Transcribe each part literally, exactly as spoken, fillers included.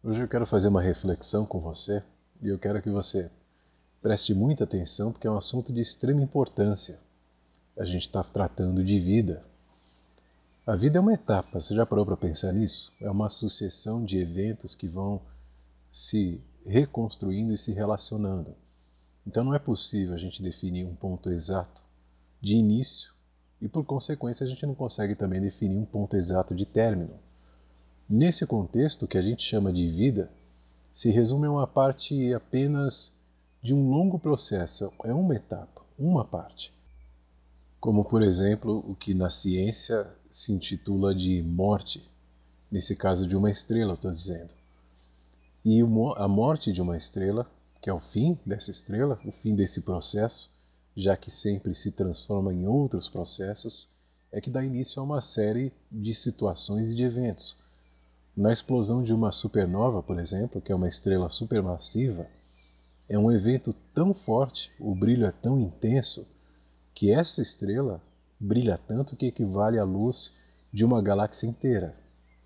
Hoje eu quero fazer uma reflexão com você e eu quero que você preste muita atenção porque é um assunto de extrema importância. A gente está tratando de vida. A vida é uma etapa, você já parou para pensar nisso? É uma sucessão de eventos que vão se reconstruindo e se relacionando. Então não é possível a gente definir um ponto exato de início e, por consequência, a gente não consegue também definir um ponto exato de término. Nesse contexto, que a gente chama de vida, se resume a uma parte apenas de um longo processo, é uma etapa, uma parte. Como, por exemplo, o que na ciência se intitula de morte, nesse caso de uma estrela, estou dizendo. E a morte de uma estrela, que é o fim dessa estrela, o fim desse processo, já que sempre se transforma em outros processos, é que dá início a uma série de situações e de eventos. Na explosão de uma supernova, por exemplo, que é uma estrela supermassiva, é um evento tão forte, o brilho é tão intenso, que essa estrela brilha tanto que equivale à luz de uma galáxia inteira.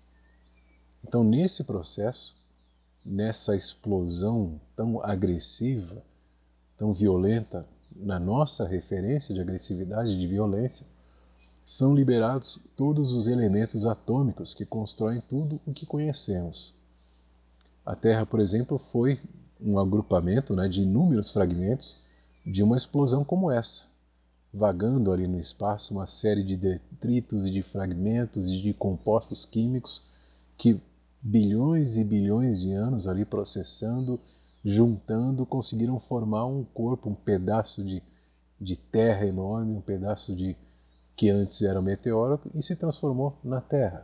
Então, nesse processo, nessa explosão tão agressiva, tão violenta, na nossa referência de agressividade e de violência, são liberados todos os elementos atômicos que constroem tudo o que conhecemos. A Terra, por exemplo, foi um agrupamento, né, de inúmeros fragmentos de uma explosão como essa, vagando ali no espaço uma série de detritos e de fragmentos e de compostos químicos que bilhões e bilhões de anos ali processando, juntando, conseguiram formar um corpo, um pedaço de, de terra enorme, um pedaço de que antes era um meteoro e se transformou na Terra.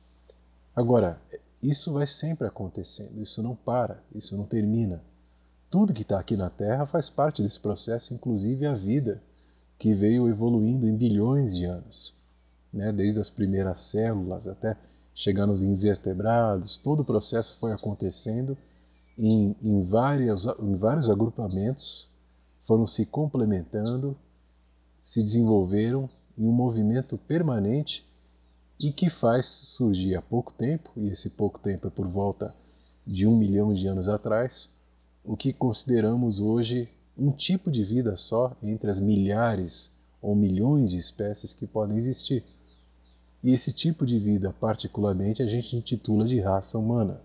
Agora, isso vai sempre acontecendo, isso não para, isso não termina. Tudo que está aqui na Terra faz parte desse processo, inclusive a vida, que veio evoluindo em bilhões de anos, né? Desde as primeiras células até chegar nos invertebrados, todo o processo foi acontecendo em, em, várias, em vários agrupamentos, foram se complementando, se desenvolveram em um movimento permanente e que faz surgir há pouco tempo, e esse pouco tempo é por volta de um milhão de anos atrás, o que consideramos hoje um tipo de vida só entre as milhares ou milhões de espécies que podem existir. E esse tipo de vida, particularmente, a gente intitula de raça humana.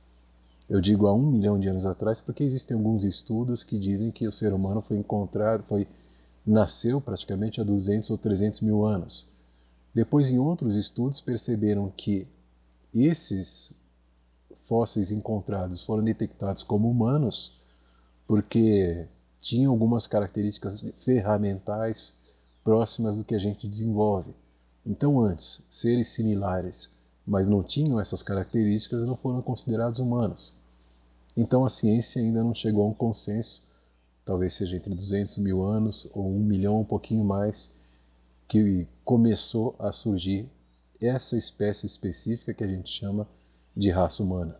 Eu digo há um milhão de anos atrás porque existem alguns estudos que dizem que o ser humano foi encontrado, foi, nasceu praticamente há duzentos ou trezentos mil anos. Depois, em outros estudos, perceberam que esses fósseis encontrados foram detectados como humanos porque tinham algumas características ferramentais próximas do que a gente desenvolve. Então, antes, seres similares, mas não tinham essas características, não foram considerados humanos. Então, a ciência ainda não chegou a um consenso, talvez seja entre duzentos mil anos ou um milhão, um pouquinho mais, que começou a surgir essa espécie específica que a gente chama de raça humana.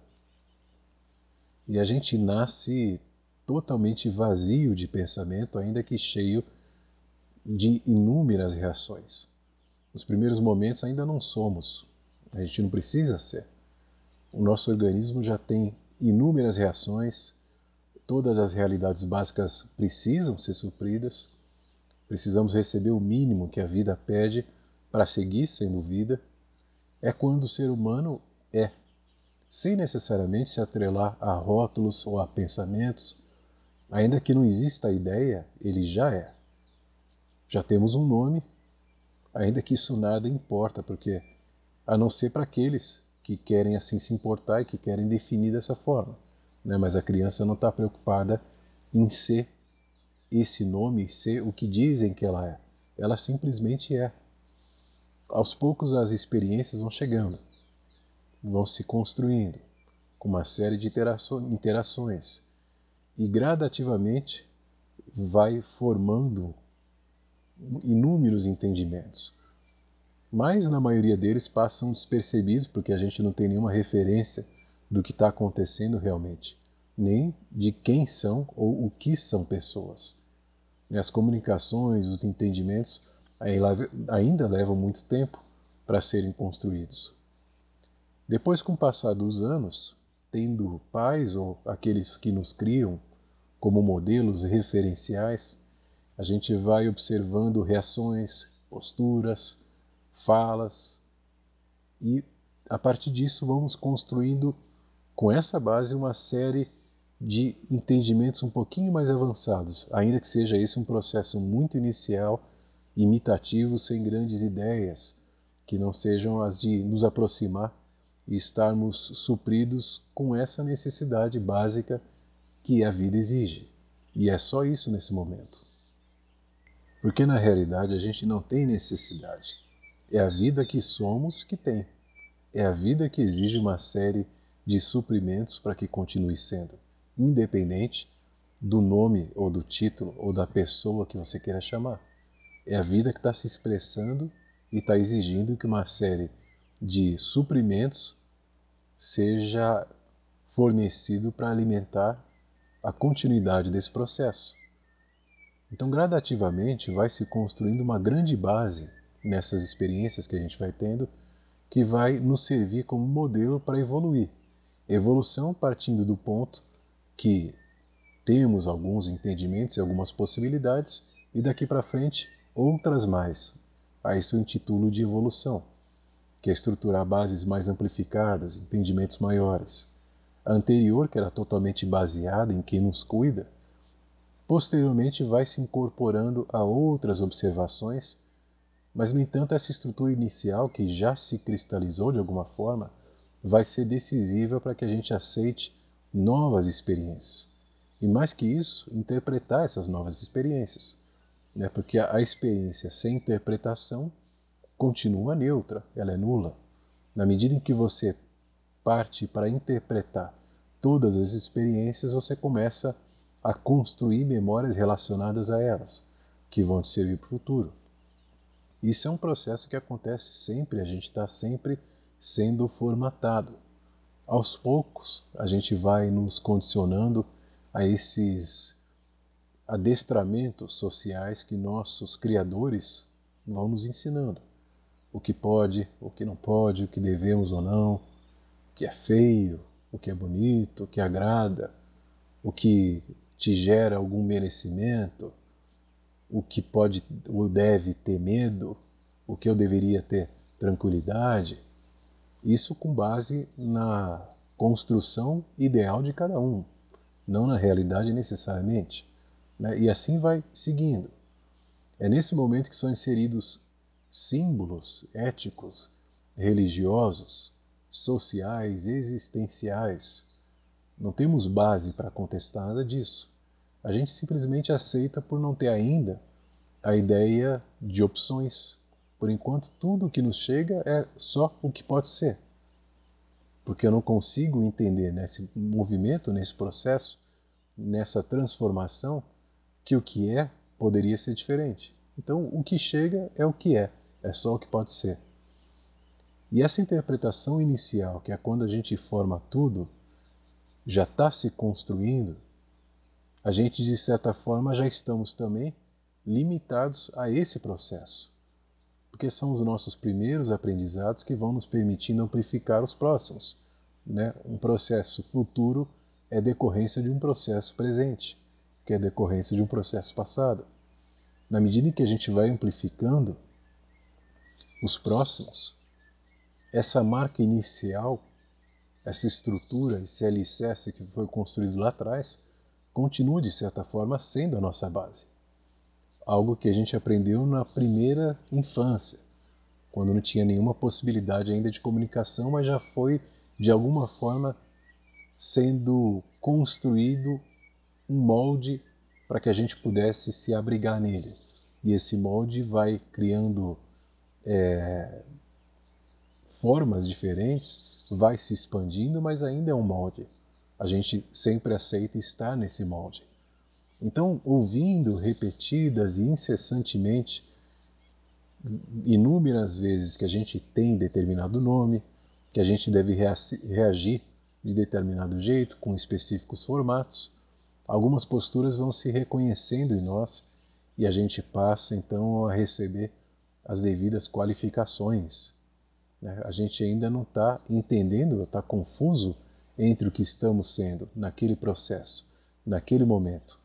E a gente nasce totalmente vazio de pensamento, ainda que cheio de inúmeras reações. Nos primeiros momentos ainda não somos, a gente não precisa ser. O nosso organismo já tem inúmeras reações, todas as realidades básicas precisam ser supridas, precisamos receber o mínimo que a vida pede para seguir sendo vida. É quando o ser humano é, sem necessariamente se atrelar a rótulos ou a pensamentos, ainda que não exista a ideia, ele já é. Já temos um nome, ainda que isso nada importa, porque a não ser para aqueles que querem assim se importar e que querem definir dessa forma, né? Mas a criança não está preocupada em ser esse nome, ser o que dizem que ela é. Ela simplesmente é. Aos poucos as experiências vão chegando, vão se construindo, com uma série de interações, e gradativamente vai formando inúmeros entendimentos. Mas na maioria deles passam despercebidos porque a gente não tem nenhuma referência do que está acontecendo realmente, nem de quem são ou o que são pessoas. As comunicações, os entendimentos ainda levam muito tempo para serem construídos. Depois, com o passar dos anos, tendo pais ou aqueles que nos criam como modelos referenciais, a gente vai observando reações, posturas, falas e a partir disso vamos construindo com essa base uma série de entendimentos um pouquinho mais avançados, ainda que seja esse um processo muito inicial, imitativo, sem grandes ideias, que não sejam as de nos aproximar e estarmos supridos com essa necessidade básica que a vida exige. E é só isso nesse momento. Porque na realidade a gente não tem necessidade. É a vida que somos que tem. É a vida que exige uma série de suprimentos para que continue sendo, independente do nome ou do título ou da pessoa que você queira chamar. É a vida que está se expressando e está exigindo que uma série de suprimentos seja fornecido para alimentar a continuidade desse processo. Então, gradativamente, vai se construindo uma grande base nessas experiências que a gente vai tendo, que vai nos servir como modelo para evoluir. Evolução partindo do ponto que temos alguns entendimentos e algumas possibilidades, e daqui para frente outras mais. A isso eu intitulo de evolução, que é estruturar bases mais amplificadas, entendimentos maiores. A anterior, que era totalmente baseada em quem nos cuida, posteriormente vai se incorporando a outras observações, mas no entanto essa estrutura inicial, que já se cristalizou de alguma forma, vai ser decisiva para que a gente aceite novas experiências. E mais que isso, interpretar essas novas experiências. Né? Porque a experiência sem interpretação continua neutra, ela é nula. Na medida em que você parte para interpretar todas as experiências, você começa a construir memórias relacionadas a elas, que vão te servir para o futuro. Isso é um processo que acontece sempre, a gente está sempre sendo formatado. Aos poucos, a gente vai nos condicionando a esses adestramentos sociais que nossos criadores vão nos ensinando. O que pode, o que não pode, o que devemos ou não, o que é feio, o que é bonito, o que agrada, o que te gera algum merecimento, o que pode ou deve ter medo, o que eu deveria ter tranquilidade. Isso com base na construção ideal de cada um, não na realidade necessariamente. Né? E assim vai seguindo. É nesse momento que são inseridos símbolos éticos, religiosos, sociais, existenciais. Não temos base para contestar nada disso. A gente simplesmente aceita por não ter ainda a ideia de opções. Por enquanto, tudo o que nos chega é só o que pode ser. Porque eu não consigo entender nesse movimento, nesse processo, nessa transformação, que o que é poderia ser diferente. Então, o que chega é o que é, é só o que pode ser. E essa interpretação inicial, que é quando a gente forma tudo, já está se construindo, a gente, de certa forma, já estamos também limitados a esse processo. Porque são os nossos primeiros aprendizados que vão nos permitindo amplificar os próximos. Né? Um processo futuro é decorrência de um processo presente, que é decorrência de um processo passado. Na medida em que a gente vai amplificando os próximos, essa marca inicial, essa estrutura, esse alicerce que foi construído lá atrás, continua de certa forma sendo a nossa base. Algo que a gente aprendeu na primeira infância, quando não tinha nenhuma possibilidade ainda de comunicação, mas já foi de alguma forma sendo construído um molde para que a gente pudesse se abrigar nele. E esse molde vai criando é, formas diferentes, vai se expandindo, mas ainda é um molde. A gente sempre aceita estar nesse molde. Então, ouvindo repetidas e incessantemente, inúmeras vezes que a gente tem determinado nome, que a gente deve reagir de determinado jeito, com específicos formatos, algumas posturas vão se reconhecendo em nós e a gente passa então a receber as devidas qualificações. A gente ainda não está entendendo, está confuso entre o que estamos sendo naquele processo, naquele momento.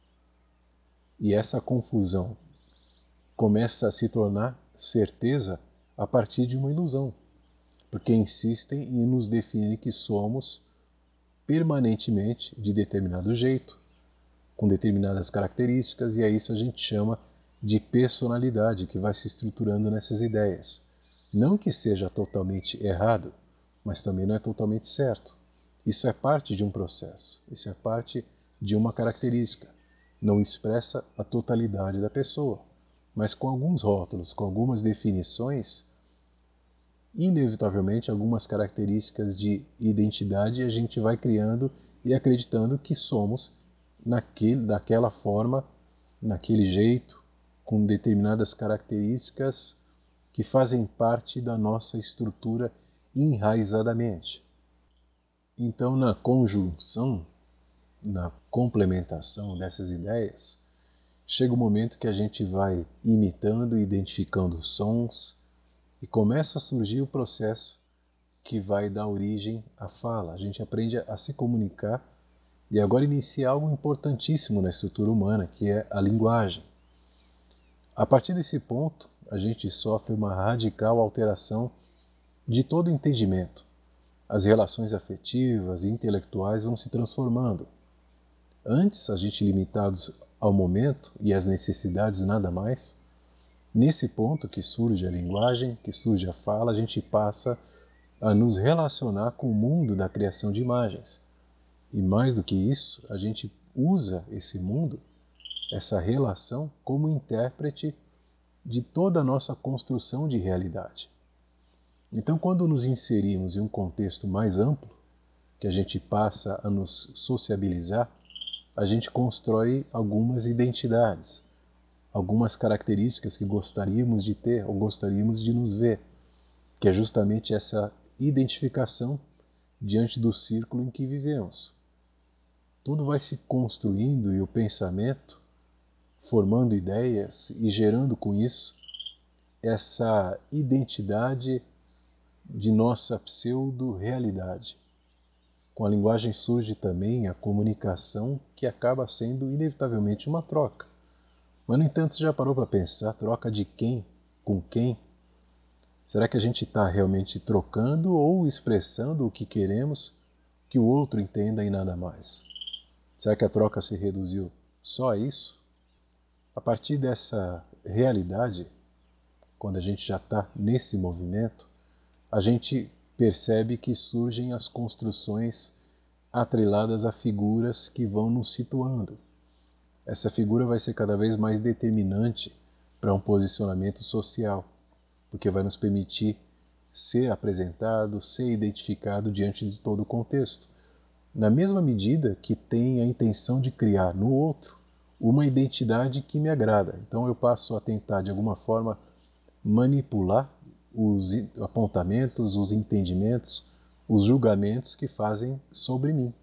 E essa confusão começa a se tornar certeza a partir de uma ilusão, porque insistem em nos definir que somos permanentemente de determinado jeito, com determinadas características, e a isso a gente chama de personalidade, que vai se estruturando nessas ideias. Não que seja totalmente errado, mas também não é totalmente certo. Isso é parte de um processo, isso é parte de uma característica. Não expressa a totalidade da pessoa, mas com alguns rótulos, com algumas definições, inevitavelmente algumas características de identidade a gente vai criando e acreditando que somos naquele, daquela forma, naquele jeito, com determinadas características que fazem parte da nossa estrutura enraizadamente. Então, na conjunção, na complementação dessas ideias, chega o momento que a gente vai imitando e identificando sons e começa a surgir o processo que vai dar origem à fala. A gente aprende a se comunicar e agora inicia algo importantíssimo na estrutura humana, que é a linguagem. A partir desse ponto, a gente sofre uma radical alteração de todo o entendimento. As relações afetivas e intelectuais vão se transformando. Antes, a gente limitados ao momento e às necessidades nada mais, nesse ponto que surge a linguagem, que surge a fala, a gente passa a nos relacionar com o mundo da criação de imagens. E mais do que isso, a gente usa esse mundo, essa relação, como intérprete de toda a nossa construção de realidade. Então, quando nos inserimos em um contexto mais amplo, que a gente passa a nos sociabilizar, a gente constrói algumas identidades, algumas características que gostaríamos de ter ou gostaríamos de nos ver, que é justamente essa identificação diante do círculo em que vivemos. Tudo vai se construindo e o pensamento, formando ideias e gerando com isso essa identidade de nossa pseudo-realidade. Com a linguagem surge também a comunicação, que acaba sendo inevitavelmente uma troca. Mas, no entanto, você já parou para pensar, troca de quem? Com quem? Será que a gente está realmente trocando ou expressando o que queremos que o outro entenda e nada mais? Será que a troca se reduziu só a isso? A partir dessa realidade, quando a gente já está nesse movimento, a gente percebe que surgem as construções atreladas a figuras que vão nos situando. Essa figura vai ser cada vez mais determinante para um posicionamento social, porque vai nos permitir ser apresentado, ser identificado diante de todo o contexto, na mesma medida que tem a intenção de criar no outro uma identidade que me agrada. Então eu passo a tentar, de alguma forma, manipular os apontamentos, os entendimentos, os julgamentos que fazem sobre mim.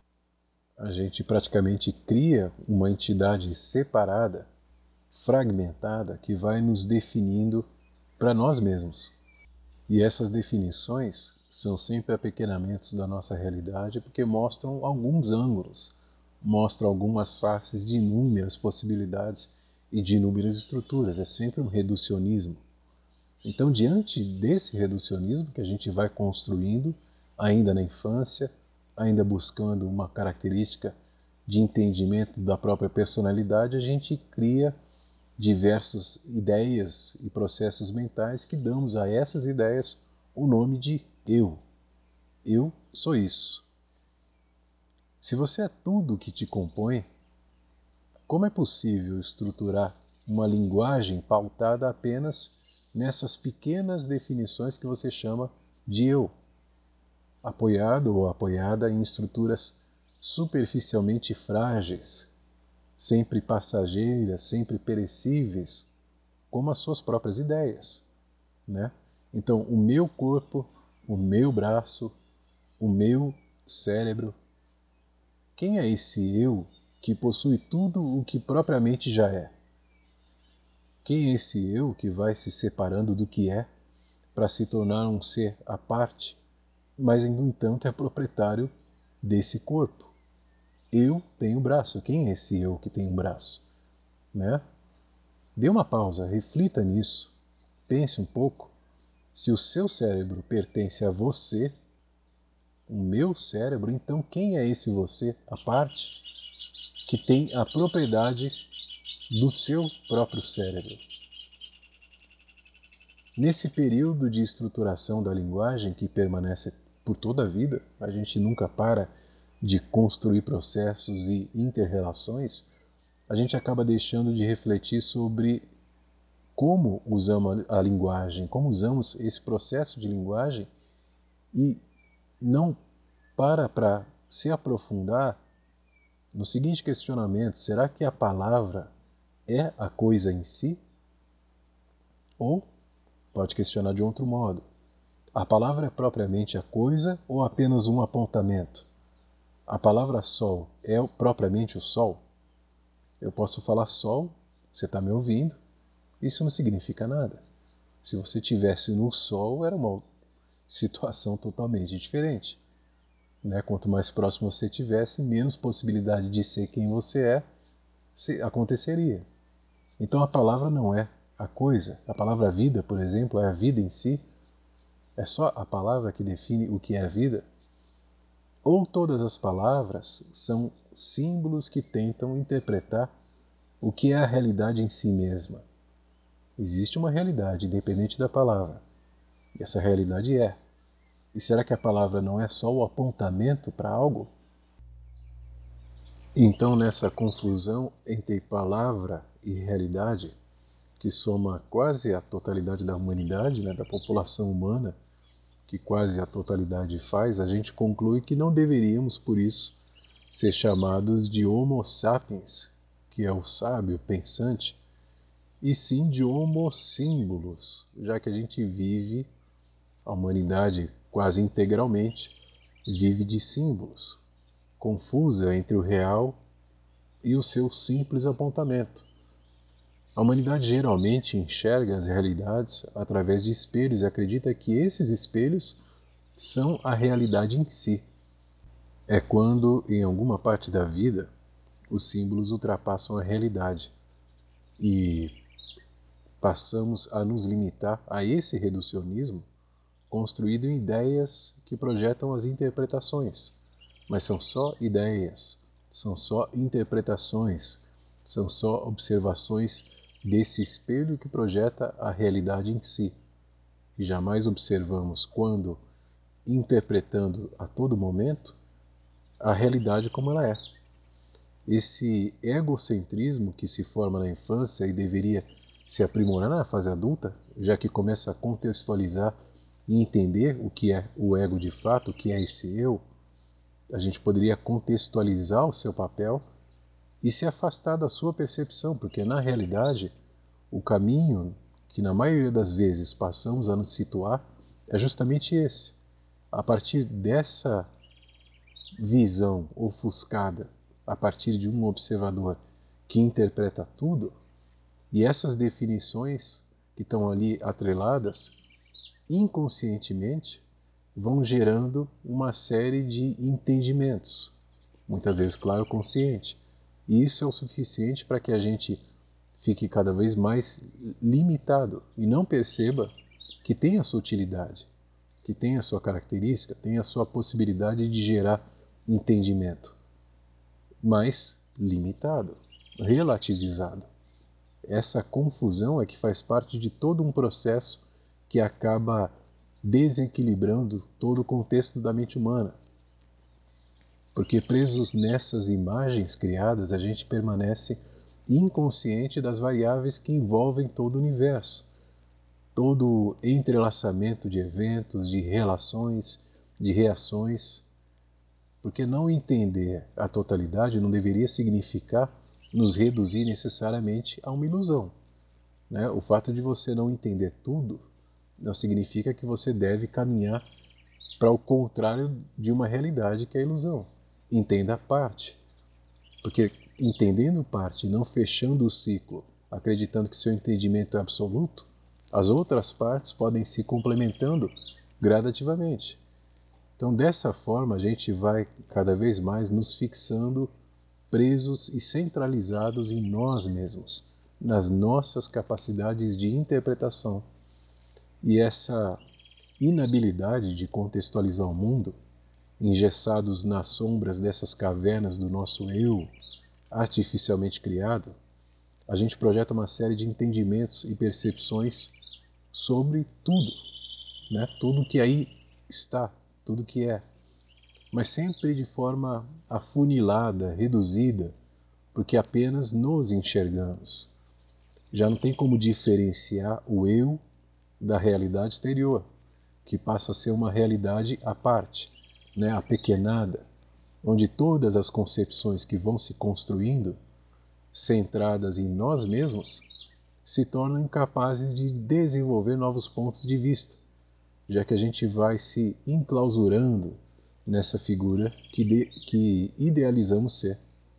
A gente praticamente cria uma entidade separada, fragmentada, que vai nos definindo para nós mesmos. E essas definições são sempre apequenamentos da nossa realidade, porque mostram alguns ângulos, mostram algumas faces de inúmeras possibilidades e de inúmeras estruturas. É sempre um reducionismo. Então, diante desse reducionismo que a gente vai construindo, ainda na infância, ainda buscando uma característica de entendimento da própria personalidade, a gente cria diversas ideias e processos mentais que damos a essas ideias o nome de eu. Eu sou isso. Se você é tudo o que te compõe, como é possível estruturar uma linguagem pautada apenas nessas pequenas definições que você chama de eu, apoiado ou apoiada em estruturas superficialmente frágeis, sempre passageiras, sempre perecíveis, como as suas próprias ideias, né? Então, o meu corpo, o meu braço, o meu cérebro, quem é esse eu que possui tudo o que propriamente já é? Quem é esse eu que vai se separando do que é para se tornar um ser à parte, mas no entanto é proprietário desse corpo. Eu tenho braço. Quem é esse eu que tem um braço? Né? Dê uma pausa, reflita nisso, pense um pouco. Se o seu cérebro pertence a você, o meu cérebro, então quem é esse você, a parte que tem a propriedade do seu próprio cérebro? Nesse período de estruturação da linguagem que permanece por toda a vida, a gente nunca para de construir processos e inter-relações, a gente acaba deixando de refletir sobre como usamos a linguagem, como usamos esse processo de linguagem e não para para se aprofundar no seguinte questionamento: será que a palavra é a coisa em si? Ou, pode questionar de outro modo, a palavra é propriamente a coisa ou apenas um apontamento? A palavra sol é propriamente o sol? Eu posso falar sol, você está me ouvindo, isso não significa nada. Se você estivesse no sol, era uma situação totalmente diferente. Né? Quanto mais próximo você estivesse, menos possibilidade de ser quem você é aconteceria. Então a palavra não é a coisa. A palavra vida, por exemplo, é a vida em si. É só a palavra que define o que é a vida? Ou todas as palavras são símbolos que tentam interpretar o que é a realidade em si mesma? Existe uma realidade independente da palavra. E essa realidade é. E será que a palavra não é só o apontamento para algo? Então, nessa confusão entre palavra e realidade, que soma quase a totalidade da humanidade, né, da população humana, que quase a totalidade faz, a gente conclui que não deveríamos, por isso, ser chamados de Homo sapiens, que é o sábio pensante, e sim de Homo símbolos, já que a gente vive, a humanidade quase integralmente, vive de símbolos, confusa entre o real e o seu simples apontamento. A humanidade geralmente enxerga as realidades através de espelhos e acredita que esses espelhos são a realidade em si. É quando, em alguma parte da vida, os símbolos ultrapassam a realidade e passamos a nos limitar a esse reducionismo construído em ideias que projetam as interpretações. Mas são só ideias, são só interpretações, são só observações desse espelho que projeta a realidade em si. E jamais observamos quando, interpretando a todo momento, a realidade como ela é. Esse egocentrismo que se forma na infância e deveria se aprimorar na fase adulta, já que começa a contextualizar e entender o que é o ego de fato, o que é esse eu, a gente poderia contextualizar o seu papel e se afastar da sua percepção, porque na realidade o caminho que na maioria das vezes passamos a nos situar é justamente esse. A partir dessa visão ofuscada, a partir de um observador que interpreta tudo, e essas definições que estão ali atreladas, inconscientemente, vão gerando uma série de entendimentos, muitas vezes, claro, consciente. E isso é o suficiente para que a gente fique cada vez mais limitado e não perceba que tem a sua utilidade, que tem a sua característica, tem a sua possibilidade de gerar entendimento, mas limitado, relativizado. Essa confusão é que faz parte de todo um processo que acaba desequilibrando todo o contexto da mente humana. Porque presos nessas imagens criadas, a gente permanece inconsciente das variáveis que envolvem todo o universo. Todo o entrelaçamento de eventos, de relações, de reações. Porque não entender a totalidade não deveria significar nos reduzir necessariamente a uma ilusão. Né? O fato de você não entender tudo não significa que você deve caminhar para o contrário de uma realidade que é a ilusão. Entenda a parte. Porque entendendo parte, não fechando o ciclo, acreditando que seu entendimento é absoluto, as outras partes podem se complementando gradativamente. Então, dessa forma, a gente vai cada vez mais nos fixando presos e centralizados em nós mesmos, nas nossas capacidades de interpretação. E essa inabilidade de contextualizar o mundo, engessados nas sombras dessas cavernas do nosso eu artificialmente criado, a gente projeta uma série de entendimentos e percepções sobre tudo, né? Tudo que aí está, tudo que é, mas sempre de forma afunilada, reduzida, porque apenas nos enxergamos. Já não tem como diferenciar o eu da realidade exterior, que passa a ser uma realidade à parte, né, apequenada, onde todas as concepções que vão se construindo, centradas em nós mesmos, se tornam incapazes de desenvolver novos pontos de vista, já que a gente vai se enclausurando nessa figura que, de, que idealizamos ser.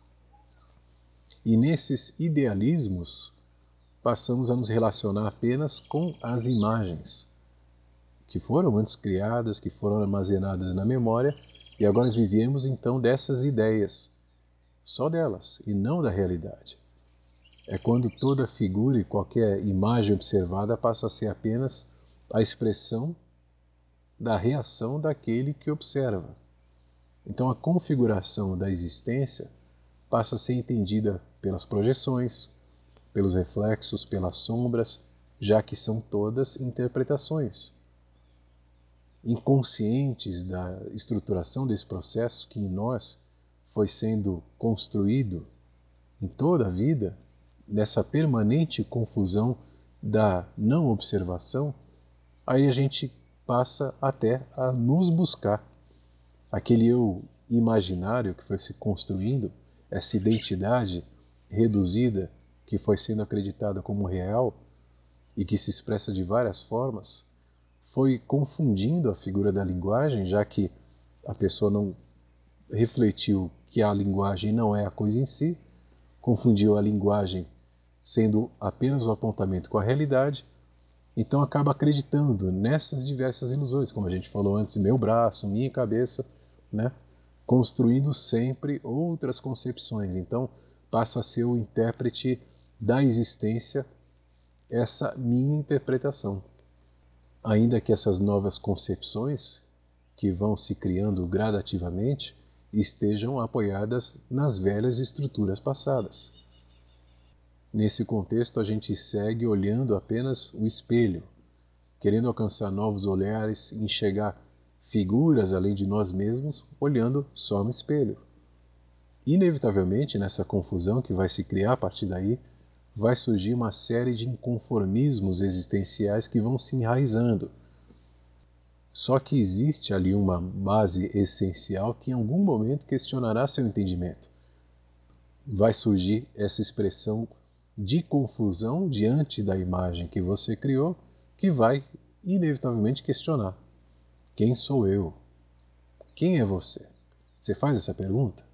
E nesses idealismos, passamos a nos relacionar apenas com as imagens, que foram antes criadas, que foram armazenadas na memória, e agora vivemos então dessas ideias, só delas, e não da realidade. É quando toda figura e qualquer imagem observada passa a ser apenas a expressão da reação daquele que observa. Então a configuração da existência passa a ser entendida pelas projeções, pelos reflexos, pelas sombras, já que são todas interpretações. Inconscientes da estruturação desse processo que em nós foi sendo construído em toda a vida, nessa permanente confusão da não observação, aí a gente passa até a nos buscar. Aquele eu imaginário que foi se construindo, essa identidade reduzida que foi sendo acreditada como real e que se expressa de várias formas, foi confundindo a figura da linguagem, já que a pessoa não refletiu que a linguagem não é a coisa em si, confundiu a linguagem sendo apenas o apontamento com a realidade, então acaba acreditando nessas diversas ilusões, como a gente falou antes, meu braço, minha cabeça, né? Construindo sempre outras concepções. Então passa a ser o intérprete da existência essa minha interpretação. Ainda que essas novas concepções, que vão se criando gradativamente, estejam apoiadas nas velhas estruturas passadas. Nesse contexto, a gente segue olhando apenas o espelho, querendo alcançar novos olhares, enxergar figuras além de nós mesmos, olhando só no espelho. Inevitavelmente, nessa confusão que vai se criar a partir daí, vai surgir uma série de inconformismos existenciais que vão se enraizando. Só que existe ali uma base essencial que em algum momento questionará seu entendimento. Vai surgir essa expressão de confusão diante da imagem que você criou, que vai inevitavelmente questionar: quem sou eu? Quem é você? Você faz essa pergunta?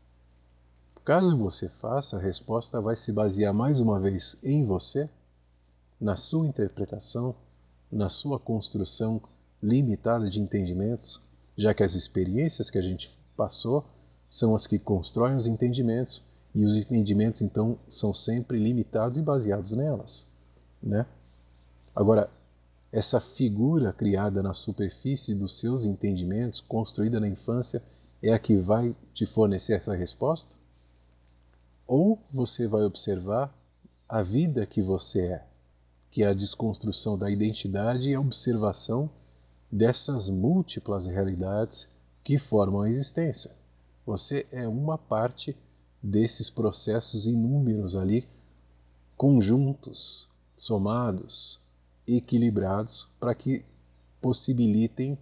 Caso você faça, a resposta vai se basear mais uma vez em você, na sua interpretação, na sua construção limitada de entendimentos, já que as experiências que a gente passou são as que constroem os entendimentos, e os entendimentos então são sempre limitados e baseados nelas, né? Agora, essa figura criada na superfície dos seus entendimentos, construída na infância, é a que vai te fornecer essa resposta? Ou você vai observar a vida que você é, que é a desconstrução da identidade e a observação dessas múltiplas realidades que formam a existência. Você é uma parte desses processos inúmeros ali, conjuntos, somados, equilibrados, para que possibilitem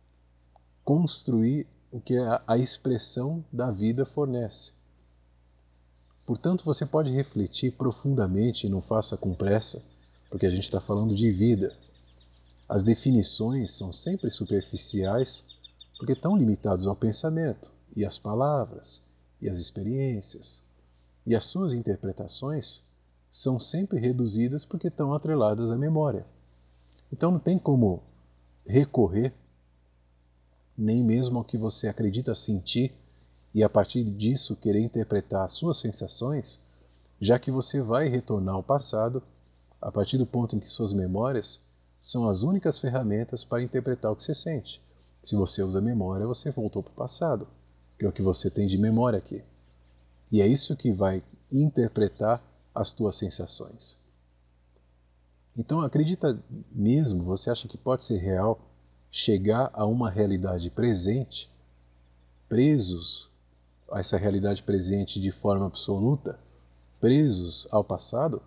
construir o que a expressão da vida fornece. Portanto, você pode refletir profundamente e não faça com pressa, porque a gente está falando de vida. As definições são sempre superficiais, porque estão limitados ao pensamento, e às palavras, e às experiências. E as suas interpretações são sempre reduzidas porque estão atreladas à memória. Então não tem como recorrer nem mesmo ao que você acredita sentir e a partir disso querer interpretar as suas sensações, já que você vai retornar ao passado a partir do ponto em que suas memórias são as únicas ferramentas para interpretar o que você sente. Se você usa memória, você voltou para o passado, que é o que você tem de memória aqui. E é isso que vai interpretar as tuas sensações. Então acredita mesmo, você acha que pode ser real chegar a uma realidade presente, presos a essa realidade presente de forma absoluta, presos ao passado?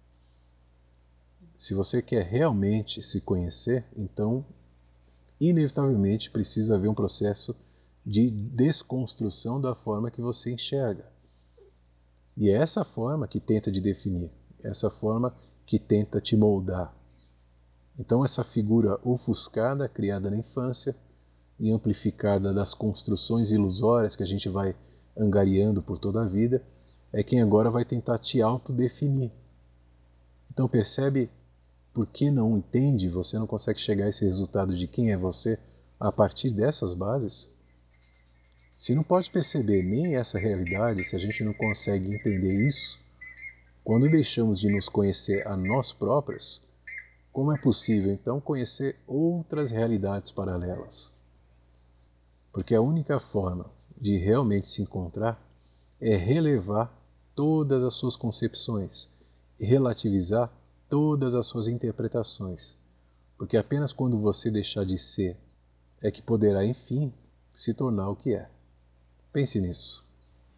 Se você quer realmente se conhecer, então inevitavelmente precisa haver um processo de desconstrução da forma que você enxerga. E é essa forma que tenta te definir, essa forma que tenta te moldar. Então essa figura ofuscada, criada na infância e amplificada das construções ilusórias que a gente vai angariando por toda a vida, é quem agora vai tentar te autodefinir. Então percebe por que não entende, você não consegue chegar a esse resultado de quem é você a partir dessas bases? Se não pode perceber nem essa realidade, se a gente não consegue entender isso, quando deixamos de nos conhecer a nós próprios, como é possível então conhecer outras realidades paralelas? Porque a única forma de realmente se encontrar é relevar todas as suas concepções e relativizar todas as suas interpretações, porque apenas quando você deixar de ser é que poderá, enfim, se tornar o que é. Pense nisso.